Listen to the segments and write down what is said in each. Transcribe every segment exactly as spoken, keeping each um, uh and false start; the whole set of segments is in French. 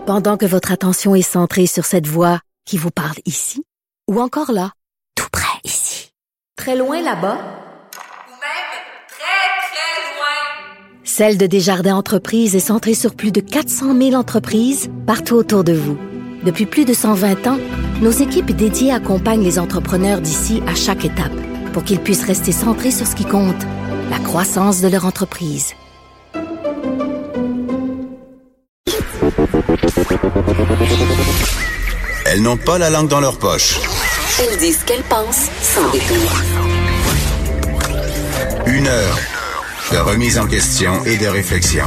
Pendant que votre attention est centrée sur cette voix qui vous parle ici, ou encore là, tout près ici, très loin là-bas, ou même très, très loin. Celle de Desjardins Entreprises est centrée sur plus de quatre cent mille entreprises partout autour de vous. Depuis plus de cent vingt ans, nos équipes dédiées accompagnent les entrepreneurs d'ici à chaque étape pour qu'ils puissent rester centrés sur ce qui compte, la croissance de leur entreprise. Elles n'ont pas la langue dans leur poche. Elles disent ce qu'elles pensent sans détour. Une heure de remise en question et de réflexion.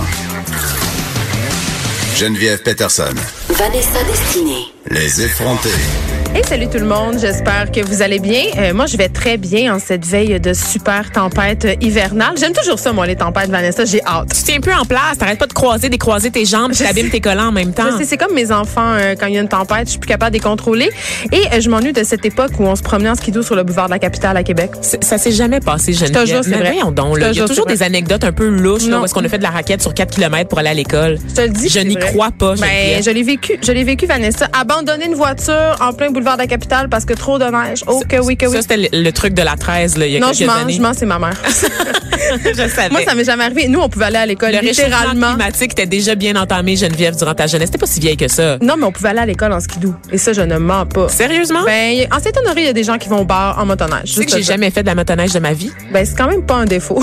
Geneviève Peterson. Vanessa Destinée. Les effrontés. Hey, salut tout le monde, j'espère que vous allez bien. Euh, moi, je vais très bien en cette veille de super tempête hivernale. J'aime toujours ça, moi, les tempêtes, Vanessa, j'ai hâte. Tu tiens un peu en place, t'arrêtes pas de croiser, décroiser tes jambes, tu t'abîmes tes collants en même temps. Je sais, c'est comme mes enfants, euh, quand il y a une tempête, je suis plus capable de les contrôler. Et euh, je m'ennuie de cette époque où on se promenait en skidoo sur le boulevard de la capitale à Québec. C'est, ça s'est jamais passé, Geneviève. Je te jure, c'est Mais vrai. voyons donc, là, il y a toujours des anecdotes un peu louches, là, où est-ce qu'on a fait de la raquette sur quatre kilomètres pour aller à l'école. Je te le dis. Je n'y vrai. crois pas, Geneviève. Ben, je l'ai vécu, je l'ai vécu, Vanessa. Abandonner une voiture en plein boulevard de la capitale parce que trop de neige. Oh, que oui, que oui. Ça, c'était le, le truc de la treize, là, il y a non, quelques je mens, années. je mens, c'est ma mère. Je savais. Moi, ça m'est jamais arrivé. Nous, on pouvait aller à l'école, le littéralement. Le réchauffement climatique était déjà bien entamé, Geneviève, durant ta jeunesse. T'es pas si vieille que ça. Non, mais on pouvait aller à l'école en skidoo. Et ça, je ne mens pas. Sérieusement? Ben, en Saint-Honoré, il y a des gens qui vont au bar en motoneige. Tu sais que j'ai ça. jamais fait de la motoneige de ma vie? Ben, c'est quand même pas un défaut.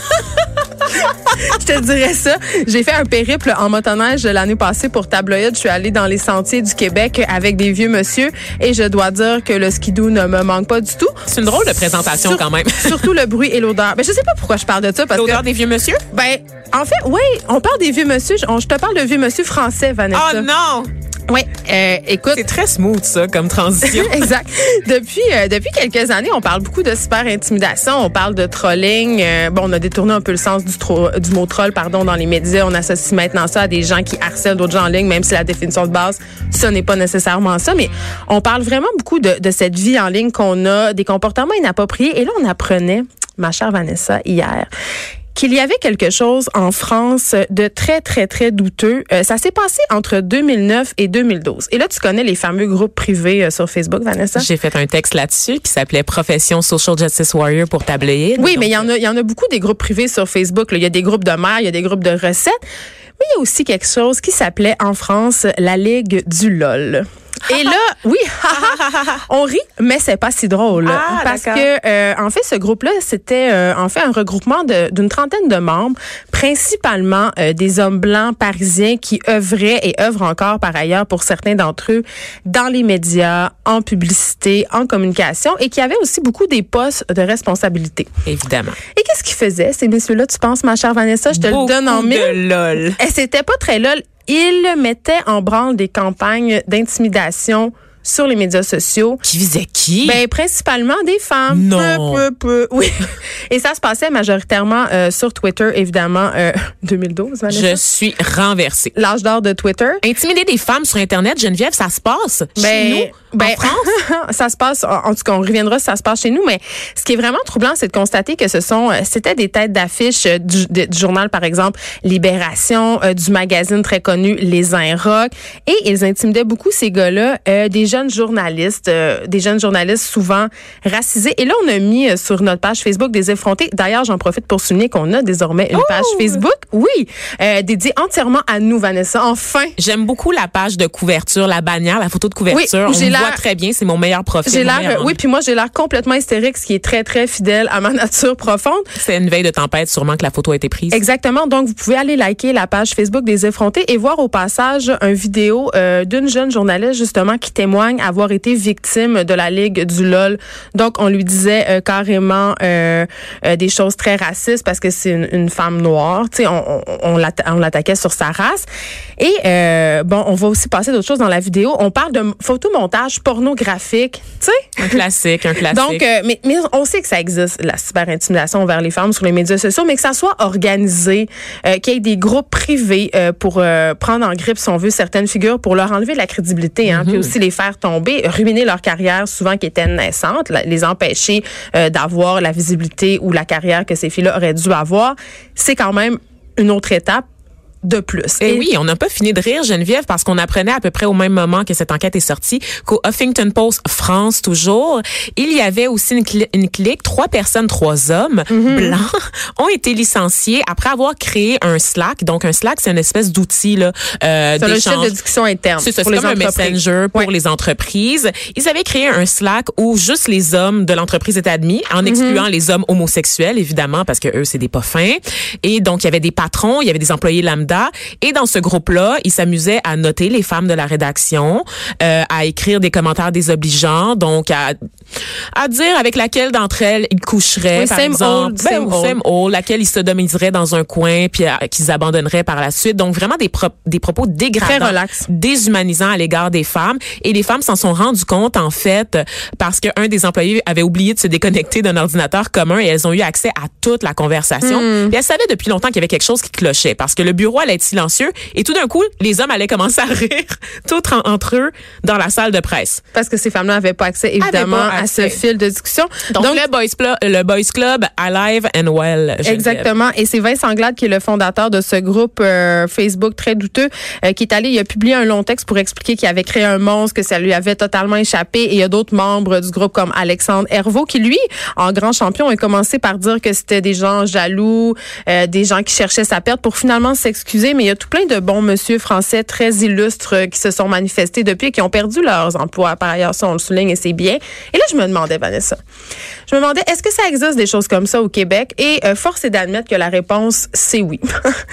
Je te dirais ça. J'ai fait un périple en motoneige l'année passée pour Tabloïd. Je suis allée dans les sentiers du Québec avec des vieux monsieur et je dois dire que le skidoo ne me manque pas du tout. C'est une drôle de présentation Sur, quand même. Surtout le bruit et l'odeur. Ben, je sais pas pourquoi je parle de ça. Parce l'odeur que, des vieux monsieur? Ben, en fait, oui, on parle des vieux monsieur. Je, on, je te parle de vieux monsieur français, Vanessa. Oh non! Oui, euh, écoute. C'est très smooth, ça, comme transition. Exact. Depuis, euh, depuis quelques années, on parle beaucoup de cyber-intimidation, on parle de trolling. Euh, bon, on a détourné un peu le sens du, tro- du mot troll, pardon, dans les médias. On associe maintenant ça à des gens qui harcèlent d'autres gens en ligne, même si la définition de base, ce n'est pas nécessairement ça. Mais on parle vraiment beaucoup de, de cette vie en ligne qu'on a, des comportements inappropriés. Et là, on apprenait, ma chère Vanessa, hier, qu'il y avait quelque chose en France de très, très, très douteux. Euh, ça s'est passé entre deux mille neuf et deux mille douze. Et là, tu connais les fameux groupes privés euh, sur Facebook, Vanessa? J'ai fait un texte là-dessus qui s'appelait Profession Social Justice Warrior pour Tabloïd. Oui, donc, mais il y en a, il y en a beaucoup des groupes privés sur Facebook. Là. Il y a des groupes de mères, il y a des groupes de recettes. Mais il y a aussi quelque chose qui s'appelait en France la Ligue du LOL. Et là, oui, on rit, mais c'est pas si drôle. Ah, parce d'accord. que, euh, en fait, ce groupe-là, c'était euh, en fait un regroupement de, d'une trentaine de membres, principalement euh, des hommes blancs parisiens qui œuvraient et œuvrent encore par ailleurs pour certains d'entre eux dans les médias, en publicité, en communication et qui avaient aussi beaucoup des postes de responsabilité. Évidemment. Et qu'est-ce qu'ils faisaient, ces messieurs-là, tu penses, ma chère Vanessa? Je te beaucoup le donne en mille. de lol. Et c'était pas très lol. Ils mettaient en branle des campagnes d'intimidation sur les médias sociaux. Qui visait qui? Ben, principalement des femmes. Non. Peu, peu, peu. Oui. Et ça se passait majoritairement euh, sur Twitter, évidemment, euh, deux mille douze, Vanessa. Je suis renversée. L'âge d'or de Twitter. Intimider des femmes sur Internet, Geneviève, ça se passe Ben, chez nous, ben, en France? ça se passe, en, en tout cas, on reviendra si ça se passe chez nous, mais ce qui est vraiment troublant, c'est de constater que ce sont, c'était des têtes d'affiche du, du journal, par exemple, Libération, euh, du magazine très connu, Les Inrocks, et ils intimidaient beaucoup ces gars-là, euh, des jeunes journalistes, euh, des jeunes journalistes souvent racisés. Et là, on a mis euh, sur notre page Facebook des effrontés. D'ailleurs, j'en profite pour souligner qu'on a désormais une oh! page Facebook, oui, euh, dédiée entièrement à nous, Vanessa. Enfin! J'aime beaucoup la page de couverture, la bannière, la photo de couverture. Oui, on j'ai me l'air, voit très bien, c'est mon meilleur profil. J'ai mon l'air, meilleur oui, puis moi, j'ai l'air complètement hystérique, ce qui est très, très fidèle à ma nature profonde. C'est une veille de tempête, sûrement que la photo a été prise. Exactement. Donc, vous pouvez aller liker la page Facebook des effrontés et voir au passage une vidéo euh, d'une jeune journaliste, justement, qui témoigne avoir été victime de la Ligue du LOL. Donc, on lui disait euh, carrément euh, euh, des choses très racistes parce que c'est une, une femme noire. Tu sais, on, on, on, l'atta- on l'attaquait sur sa race. Et, euh, bon, on va aussi passer d'autres choses dans la vidéo. On parle de photomontage pornographique, tu sais. Un classique, un classique. Donc, euh, mais, mais on sait que ça existe, la cyberintimidation envers les femmes sur les médias sociaux, mais que ça soit organisé, euh, qu'il y ait des groupes privés euh, pour euh, prendre en grippe, si on veut, certaines figures pour leur enlever de la crédibilité, hein, mm-hmm. puis aussi les faire tomber, ruiner leur carrière souvent qui était naissante, la, les empêcher euh, d'avoir la visibilité ou la carrière que ces filles-là auraient dû avoir. C'est quand même une autre étape. de plus. Et, et oui, on n'a pas fini de rire, Geneviève, parce qu'on apprenait à peu près au même moment que cette enquête est sortie qu'au Huffington Post France, toujours, il y avait aussi une, cl- une clique, trois personnes, trois hommes mm-hmm. blancs ont été licenciés après avoir créé un Slack. Donc, un Slack, c'est une espèce d'outil là, euh, c'est un logiciel de discussion interne c'est ça, pour c'est les comme entreprises. un messenger pour ouais. les entreprises. Ils avaient créé un Slack où juste les hommes de l'entreprise étaient admis, en excluant mm-hmm. les hommes homosexuels, évidemment, parce que eux, c'est des pas fins. Et donc, il y avait des patrons, il y avait des employés lambda. Et dans ce groupe-là, ils s'amusaient à noter les femmes de la rédaction, euh, à écrire des commentaires désobligeants, donc à, à dire avec laquelle d'entre elles ils coucheraient, oui, par same exemple. old, Ben, same old. Same old, laquelle ils sodomiseraient dans un coin puis à, qu'ils abandonneraient par la suite. Donc, vraiment des, pro- des propos dégradants, déshumanisants à l'égard des femmes. Et les femmes s'en sont rendues compte, en fait, parce qu'un des employés avait oublié de se déconnecter d'un ordinateur commun et elles ont eu accès à toute la conversation. Mm. Et elles savaient depuis longtemps qu'il y avait quelque chose qui clochait parce que le bureau allait être silencieux et tout d'un coup, les hommes allaient commencer à rire tout en, entre eux dans la salle de presse. Parce que ces femmes-là n'avaient pas accès, évidemment, pas à accès. ce fil de discussion. Donc, Donc le, boys Club, le Boys Club, Alive and Well. Geneviève. Exactement. Et c'est Vincent Glade qui est le fondateur de ce groupe euh, Facebook très douteux euh, qui est allé, il a publié un long texte pour expliquer qu'il avait créé un monstre, que ça lui avait totalement échappé. Et il y a d'autres membres du groupe comme Alexandre Herveau qui, lui, en grand champion, a commencé par dire que c'était des gens jaloux, euh, des gens qui cherchaient sa perte pour finalement s'excuser. Mais il y a tout plein de bons monsieur français très illustres euh, qui se sont manifestés depuis et qui ont perdu leurs emplois. Par ailleurs, ça, on le souligne et c'est bien. Et là, je me demandais, Vanessa, je me demandais, est-ce que ça existe des choses comme ça au Québec? Et euh, force est d'admettre que la réponse, c'est oui.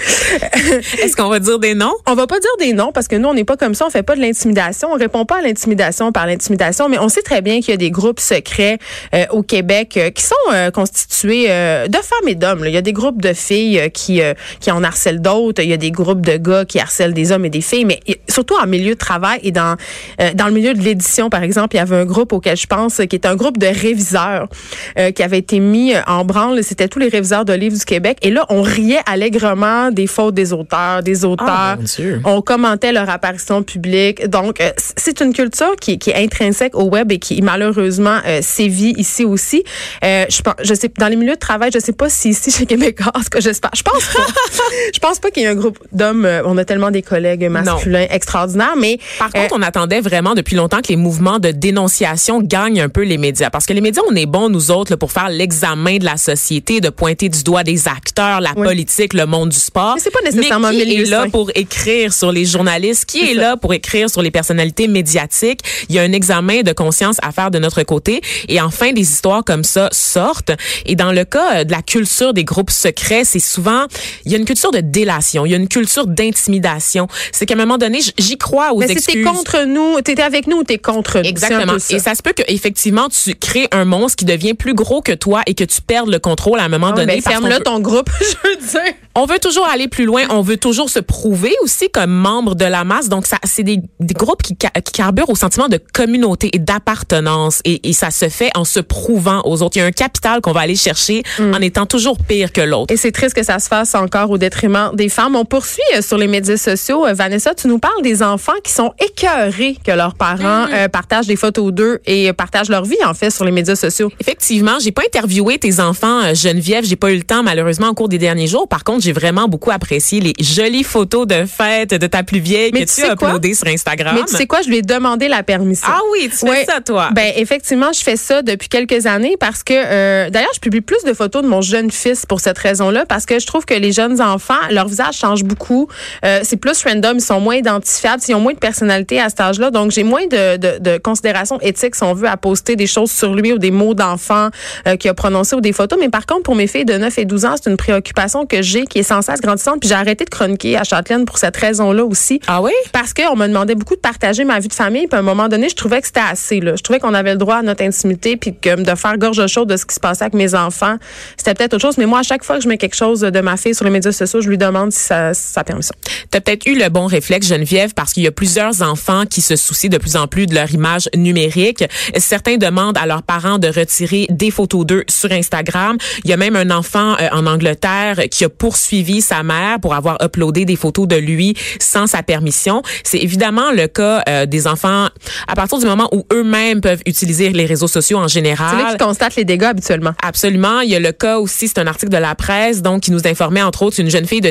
Est-ce qu'on va dire des noms? On va pas dire des noms parce que nous, on n'est pas comme ça. On fait pas de l'intimidation. On répond pas à l'intimidation par l'intimidation. Mais on sait très bien qu'il y a des groupes secrets euh, au Québec euh, qui sont euh, constitués euh, de femmes et d'hommes. Là. Il y a des groupes de filles euh, qui euh, qui en harcèlent d'autres. Il y a des groupes de gars qui harcèlent des hommes et des filles. Mais surtout en milieu de travail et dans euh, dans le milieu de l'édition, par exemple, il y avait un groupe auquel je pense qui est un groupe de réviseurs euh, qui avait été mis en branle. C'était tous les réviseurs de livres du Québec. Et là, on riait allègrement des fautes des auteurs, des auteurs. Oh, on commentait leur apparition publique. Donc, euh, c'est une culture qui, qui est intrinsèque au web et qui malheureusement euh, sévit ici aussi. Euh, je pense, je sais, dans les milieux de travail, je sais pas si ici chez Québécois, ce que j'espère. Je pense pas. Je pense pas qu'il y ait un groupe d'hommes. Euh, on a tellement des collègues masculins non. extraordinaires, mais par contre, euh, on attendait vraiment depuis longtemps que les mouvements de dénonciation gagnent un peu les médias, parce que les médias, on est bons nous autres là, pour faire l'examen de la société, de pointer du doigt des acteurs, la oui. politique, le monde du sport. Mais c'est pas nécessairement mais qui milieu est là sain. pour écrire sur les journalistes, qui c'est est ça. là pour écrire sur les personnalités médiatiques. Il y a un examen de conscience à faire de notre côté. Et enfin, des histoires comme ça sortent. Et dans le cas de la culture des groupes secrets, c'est souvent, il y a une culture de délation, il y a une culture d'intimidation. C'est qu'à un moment donné, j'y crois aux mais excuses. Mais si t'es contre nous, t'étais avec nous ou t'es contre nous. Exactement. Ça. Et ça se peut qu'effectivement, tu crées un monstre qui devient plus gros que toi et que tu perdes le contrôle à un moment oh, donné. Ben, ferme-le veut... ton groupe, je veux dire. On veut toujours aller plus loin, on veut toujours se prouver aussi comme membre de la masse. Donc, ça, c'est des, des groupes qui, qui carburent au sentiment de communauté et d'appartenance. Et, et ça se fait en se prouvant aux autres. Il y a un capital qu'on va aller chercher mm. en étant toujours pire que l'autre. Et c'est triste que ça se fasse encore au détriment des femmes. On poursuit euh, sur les médias sociaux. Euh, Vanessa, tu nous parles des enfants qui sont écœurés que leurs parents mm. euh, partagent des photos d'eux et euh, partagent leur vie, en fait, sur les médias sociaux. Effectivement, j'ai pas interviewé tes enfants, euh, Geneviève. J'ai pas eu le temps, malheureusement, au cours des derniers jours. Par contre, j'ai vraiment beaucoup apprécié les jolies photos de fête de ta plus vieille mais que tu, tu as uploadées sur Instagram. Mais tu sais quoi, je lui ai demandé la permission. Ah oui, tu fais ouais. ça, toi. Ben effectivement, je fais ça depuis quelques années parce que, euh, d'ailleurs, je publie plus de photos de mon jeune fils pour cette raison-là, parce que je trouve que les jeunes enfants, leur visage change beaucoup. Euh, c'est plus random, ils sont moins identifiables, ils ont moins de personnalité à cet âge-là, donc j'ai moins de, de, de considération éthique, si on veut, à poster des choses sur lui ou des mots d'enfant euh, qu'il a prononcés ou des photos. Mais par contre, pour mes filles de neuf et douze ans, c'est une préoccupation que j'ai qui est sans cesse grandissante. Puis j'ai arrêté de chroniquer à Châtelaine pour cette raison-là aussi. Ah oui? Parce qu'on me demandait beaucoup de partager ma vie de famille. Puis à un moment donné, je trouvais que c'était assez. Là. Je trouvais qu'on avait le droit à notre intimité, puis que de faire gorge chaude de ce qui se passait avec mes enfants, c'était peut-être autre chose. Mais moi, à chaque fois que je mets quelque chose de ma fille sur les médias sociaux, je lui demande si ça, si ça permission. Tu as peut-être eu le bon réflexe, Geneviève, parce qu'il y a plusieurs enfants qui se soucient de plus en plus de leur image numérique. Certains demandent à leurs parents de retirer des photos d'eux sur Instagram. Il y a même un enfant euh, en Angleterre qui a poursuivi sa mère pour avoir uploadé des photos de lui sans sa permission. C'est évidemment le cas euh, des enfants à partir du moment où eux-mêmes peuvent utiliser les réseaux sociaux en général. C'est là qu'ils constatent les dégâts habituellement. Absolument. Il y a le cas aussi, c'est un article de la presse, donc qui nous informait entre autres une jeune fille de dix-huit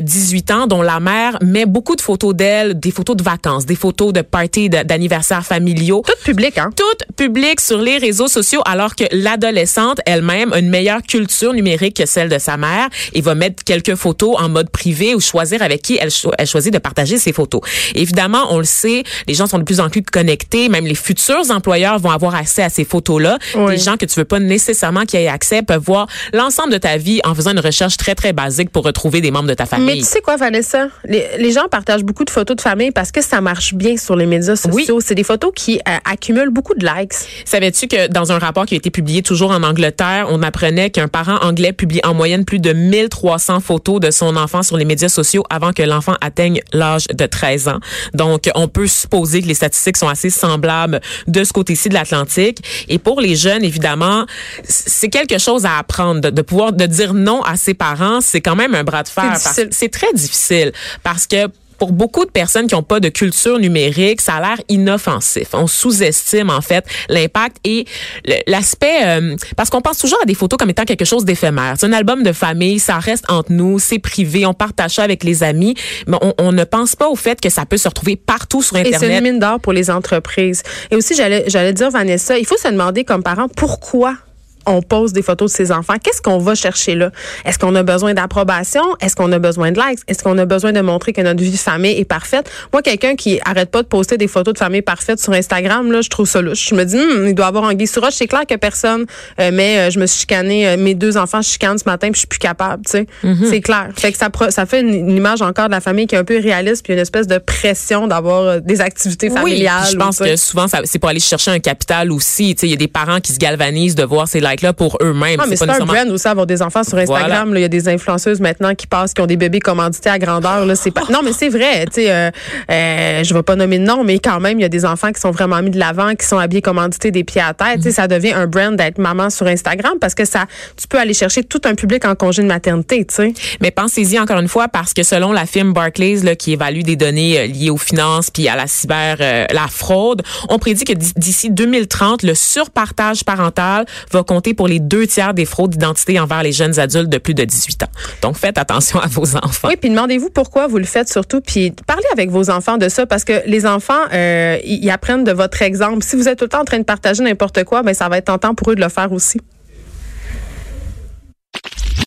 dix-huit ans dont la mère met beaucoup de photos d'elle, des photos de vacances, des photos de parties d'anniversaires familiaux. Tout public, hein? Tout public sur les réseaux sociaux, alors que l'adolescente elle-même a une meilleure culture numérique que celle de sa mère et va mettre quelques photos en mode privé ou choisir avec qui elle, cho- elle choisit de partager ses photos. Évidemment, on le sait, les gens sont de plus en plus connectés, même les futurs employeurs vont avoir accès à ces photos-là. Oui. Des gens que tu veux pas nécessairement qu'ils aient accès peuvent voir l'ensemble de ta vie en faisant une recherche très, très basique pour retrouver des membres de ta famille. Mais tu sais quoi, Vanessa? Les, les gens partagent beaucoup de photos de famille parce que ça marche bien sur les médias sociaux. Oui. C'est des photos qui euh, accumulent beaucoup de likes. Savais-tu que dans un rapport qui a été publié toujours en Angleterre, on apprenait qu'un parent anglais publie en moyenne plus de mille trois cents photos de son enfant sur les médias sociaux avant que l'enfant atteigne l'âge de treize ans. Donc, on peut supposer que les statistiques sont assez semblables de ce côté-ci de l'Atlantique. Et pour les jeunes, évidemment, c'est quelque chose à apprendre. De, de pouvoir de dire non à ses parents, c'est quand même un bras de fer. C'est, parce, c'est très difficile parce que pour beaucoup de personnes qui n'ont pas de culture numérique, ça a l'air inoffensif. On sous-estime, en fait, l'impact et l'aspect... Euh, parce qu'on pense toujours à des photos comme étant quelque chose d'éphémère. C'est un album de famille, ça reste entre nous, c'est privé, on partage ça avec les amis, mais on, on ne pense pas au fait que ça peut se retrouver partout sur Internet. Et c'est une mine d'or pour les entreprises. Et aussi, j'allais, j'allais dire, Vanessa, il faut se demander comme parent, pourquoi on pose des photos de ses enfants. Qu'est-ce qu'on va chercher là? Est-ce qu'on a besoin d'approbation? Est-ce qu'on a besoin de likes? Est-ce qu'on a besoin de montrer que notre vie de famille est parfaite? Moi, quelqu'un qui arrête pas de poster des photos de famille parfaite sur Instagram, là, je trouve ça louche. Je me dis, hm, il doit avoir anguille sous roche. C'est clair que personne, euh, mais euh, je me suis chicanée, euh, mes deux enfants je chicane ce matin puis je suis plus capable, tu sais. Mm-hmm. C'est clair. Fait que ça, ça fait une, une image encore de la famille qui est un peu réaliste puis une espèce de pression d'avoir euh, des activités familiales. Oui, je pense que souvent, ça, c'est pour aller chercher un capital aussi. Tu sais, il y a des parents qui se galvanisent de voir ces likes-là pour eux-mêmes. Ah, mais c'est, c'est pas nécessairement... un brand aussi avoir des enfants sur Instagram. Il y a des influenceuses maintenant qui passent, qui ont des bébés commandités à grandeur. Là, c'est pas... Non, mais c'est vrai. Tu sais, euh, euh, je vais pas nommer de nom, mais quand même, il y a des enfants qui sont vraiment mis de l'avant, qui sont habillés commandités des pieds à tête. Mm-hmm. Tu sais, ça devient un brand d'être maman sur Instagram parce que ça, tu peux aller chercher tout un public en congé de maternité. Tu sais. Mais pensez-y encore une fois parce que selon la firme Barclays là, qui évalue des données euh, liées aux finances puis à la cyber, euh, la fraude, on prédit que d'ici deux mille trente, le surpartage parental va compter pour les deux tiers des fraudes d'identité envers les jeunes adultes de plus de dix-huit ans. Donc, faites attention à vos enfants. Oui, puis demandez-vous pourquoi vous le faites surtout, puis parlez avec vos enfants de ça, parce que les enfants, euh, ils apprennent de votre exemple. Si vous êtes tout le temps en train de partager n'importe quoi, ben ça va être tentant pour eux de le faire aussi.